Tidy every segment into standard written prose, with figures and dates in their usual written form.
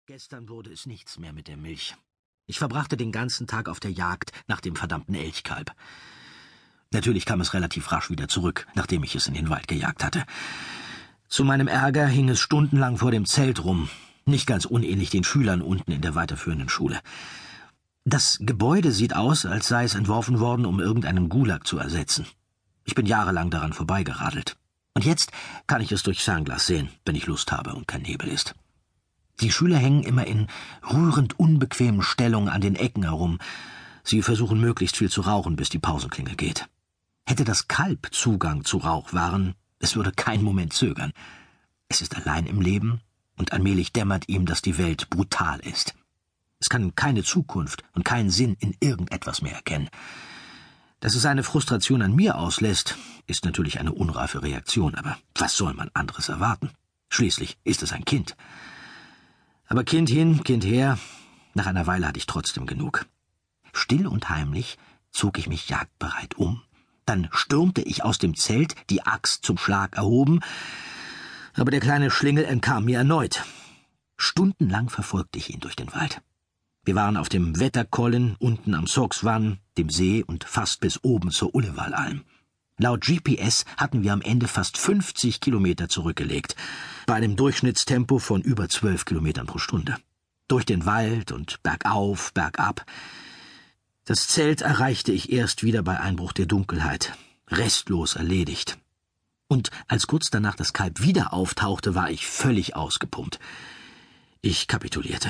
Gestern wurde es nichts mehr mit der Milch. Ich verbrachte den ganzen Tag auf der Jagd nach dem verdammten Elchkalb. Natürlich kam es relativ rasch wieder zurück, nachdem ich es in den Wald gejagt hatte. Zu meinem Ärger hing es stundenlang vor dem Zelt rum, nicht ganz unähnlich den Schülern unten in der weiterführenden Schule. Das Gebäude sieht aus, als sei es entworfen worden, um irgendeinen Gulag zu ersetzen. Ich bin jahrelang daran vorbeigeradelt. Und jetzt kann ich es durch Fernglas sehen, wenn ich Lust habe und kein Nebel ist. Die Schüler hängen immer in rührend unbequemen Stellungen an den Ecken herum. Sie versuchen möglichst viel zu rauchen, bis die Pausenklingel geht. Hätte das Kalb Zugang zu Rauchwaren, es würde keinen Moment zögern. Es ist allein im Leben und allmählich dämmert ihm, dass die Welt brutal ist. Es kann keine Zukunft und keinen Sinn in irgendetwas mehr erkennen. Dass es eine Frustration an mir auslässt, ist natürlich eine unreife Reaktion, aber was soll man anderes erwarten? Schließlich ist es ein Kind. Aber Kind hin, Kind her, nach einer Weile hatte ich trotzdem genug. Still und heimlich zog ich mich jagdbereit um. Dann stürmte ich aus dem Zelt, die Axt zum Schlag erhoben, aber der kleine Schlingel entkam mir erneut. Stundenlang verfolgte ich ihn durch den Wald. Wir waren auf dem Wetterkollen, unten am Sogswan, dem See und fast bis oben zur Ullewalalm. Laut GPS hatten wir am Ende fast 50 Kilometer zurückgelegt, bei einem Durchschnittstempo von über 12 Kilometern pro Stunde. Durch den Wald und bergauf, bergab. Das Zelt erreichte ich erst wieder bei Einbruch der Dunkelheit, restlos erledigt. Und als kurz danach das Kalb wieder auftauchte, war ich völlig ausgepumpt. Ich kapitulierte.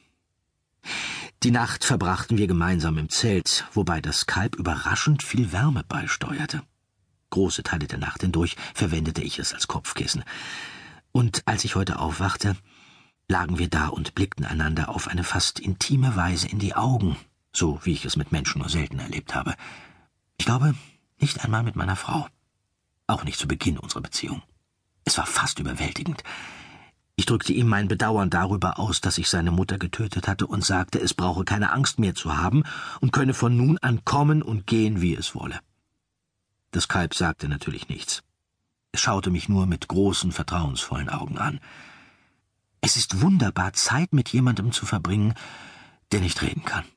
Die Nacht verbrachten wir gemeinsam im Zelt, wobei das Kalb überraschend viel Wärme beisteuerte. Große Teile der Nacht hindurch verwendete ich es als Kopfkissen. Und als ich heute aufwachte, lagen wir da und blickten einander auf eine fast intime Weise in die Augen, so wie ich es mit Menschen nur selten erlebt habe. Ich glaube, nicht einmal mit meiner Frau. Auch nicht zu Beginn unserer Beziehung. Es war fast überwältigend. Ich drückte ihm mein Bedauern darüber aus, dass ich seine Mutter getötet hatte und sagte, es brauche keine Angst mehr zu haben und könne von nun an kommen und gehen, wie es wolle. Das Kalb sagte natürlich nichts. Es schaute mich nur mit großen, vertrauensvollen Augen an. Es ist wunderbar, Zeit mit jemandem zu verbringen, der nicht reden kann.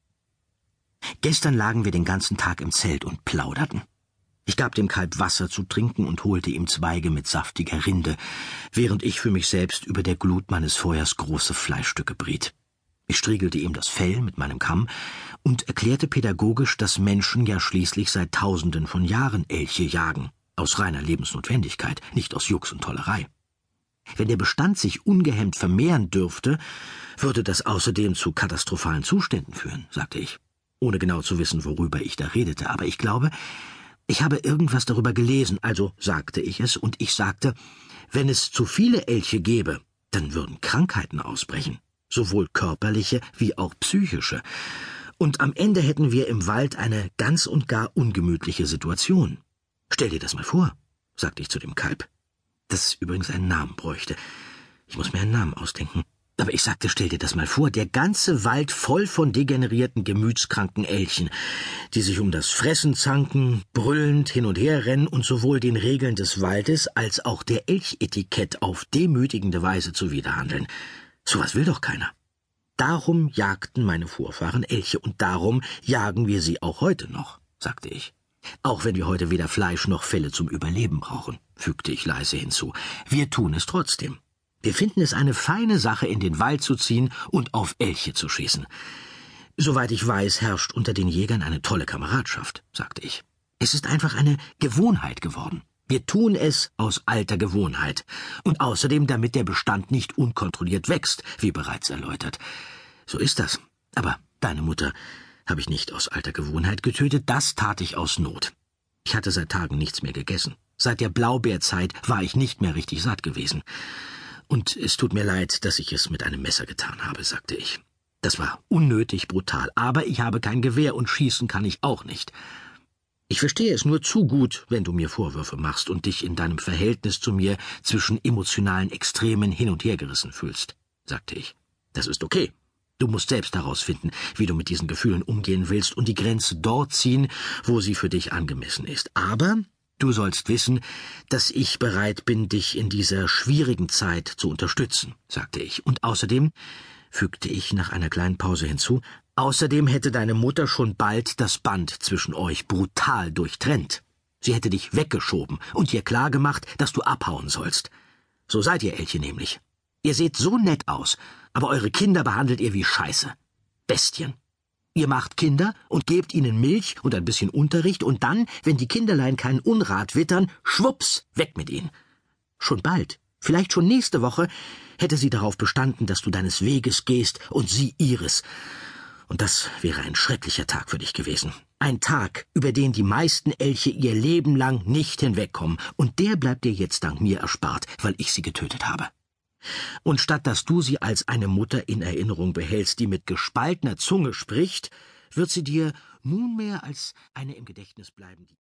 Gestern lagen wir den ganzen Tag im Zelt und plauderten. Ich gab dem Kalb Wasser zu trinken und holte ihm Zweige mit saftiger Rinde, während ich für mich selbst über der Glut meines Feuers große Fleischstücke briet. Ich striegelte ihm das Fell mit meinem Kamm und erklärte pädagogisch, dass Menschen ja schließlich seit Tausenden von Jahren Elche jagen, aus reiner Lebensnotwendigkeit, nicht aus Jux und Tollerei. Wenn der Bestand sich ungehemmt vermehren dürfte, würde das außerdem zu katastrophalen Zuständen führen, sagte ich, ohne genau zu wissen, worüber ich da redete. Aber ich glaube, ich habe irgendwas darüber gelesen, also sagte ich es, und ich sagte, wenn es zu viele Elche gäbe, dann würden Krankheiten ausbrechen, sowohl körperliche wie auch psychische. Und am Ende hätten wir im Wald eine ganz und gar ungemütliche Situation. Stell dir das mal vor, sagte ich zu dem Kalb, das übrigens einen Namen bräuchte. Ich muss mir einen Namen ausdenken. Aber ich sagte, stell dir das mal vor, der ganze Wald voll von degenerierten, gemütskranken Elchen, die sich um das Fressen zanken, brüllend hin und her rennen und sowohl den Regeln des Waldes als auch der Elchetikett auf demütigende Weise zuwiderhandeln. Sowas will doch keiner. Darum jagten meine Vorfahren Elche und darum jagen wir sie auch heute noch, sagte ich. Auch wenn wir heute weder Fleisch noch Felle zum Überleben brauchen, fügte ich leise hinzu. Wir tun es trotzdem. Wir finden es eine feine Sache, in den Wald zu ziehen und auf Elche zu schießen. Soweit ich weiß, herrscht unter den Jägern eine tolle Kameradschaft, sagte ich. Es ist einfach eine Gewohnheit geworden. Wir tun es aus alter Gewohnheit. Und außerdem, damit der Bestand nicht unkontrolliert wächst, wie bereits erläutert. So ist das. Aber deine Mutter habe ich nicht aus alter Gewohnheit getötet, das tat ich aus Not. Ich hatte seit Tagen nichts mehr gegessen. Seit der Blaubeerzeit war ich nicht mehr richtig satt gewesen. Und es tut mir leid, dass ich es mit einem Messer getan habe, sagte ich. Das war unnötig brutal, aber ich habe kein Gewehr und schießen kann ich auch nicht. Ich verstehe es nur zu gut, wenn du mir Vorwürfe machst und dich in deinem Verhältnis zu mir zwischen emotionalen Extremen hin und her gerissen fühlst, sagte ich. Das ist okay. Du musst selbst herausfinden, wie du mit diesen Gefühlen umgehen willst und die Grenze dort ziehen, wo sie für dich angemessen ist. Aber »Du sollst wissen, dass ich bereit bin, dich in dieser schwierigen Zeit zu unterstützen«, sagte ich. »Und außerdem«, fügte ich nach einer kleinen Pause hinzu, »außerdem hätte deine Mutter schon bald das Band zwischen euch brutal durchtrennt. Sie hätte dich weggeschoben und dir klargemacht, dass du abhauen sollst. So seid ihr Elche nämlich. Ihr seht so nett aus, aber eure Kinder behandelt ihr wie Scheiße. Bestien. Ihr macht Kinder und gebt ihnen Milch und ein bisschen Unterricht und dann, wenn die Kinderlein keinen Unrat wittern, schwupps, weg mit ihnen. Schon bald, vielleicht schon nächste Woche, hätte sie darauf bestanden, dass du deines Weges gehst und sie ihres. Und das wäre ein schrecklicher Tag für dich gewesen. Ein Tag, über den die meisten Elche ihr Leben lang nicht hinwegkommen. Und der bleibt dir jetzt dank mir erspart, weil ich sie getötet habe. Und statt dass du sie als eine Mutter in Erinnerung behältst, die mit gespaltener Zunge spricht, wird sie dir nunmehr als eine im Gedächtnis bleiben, die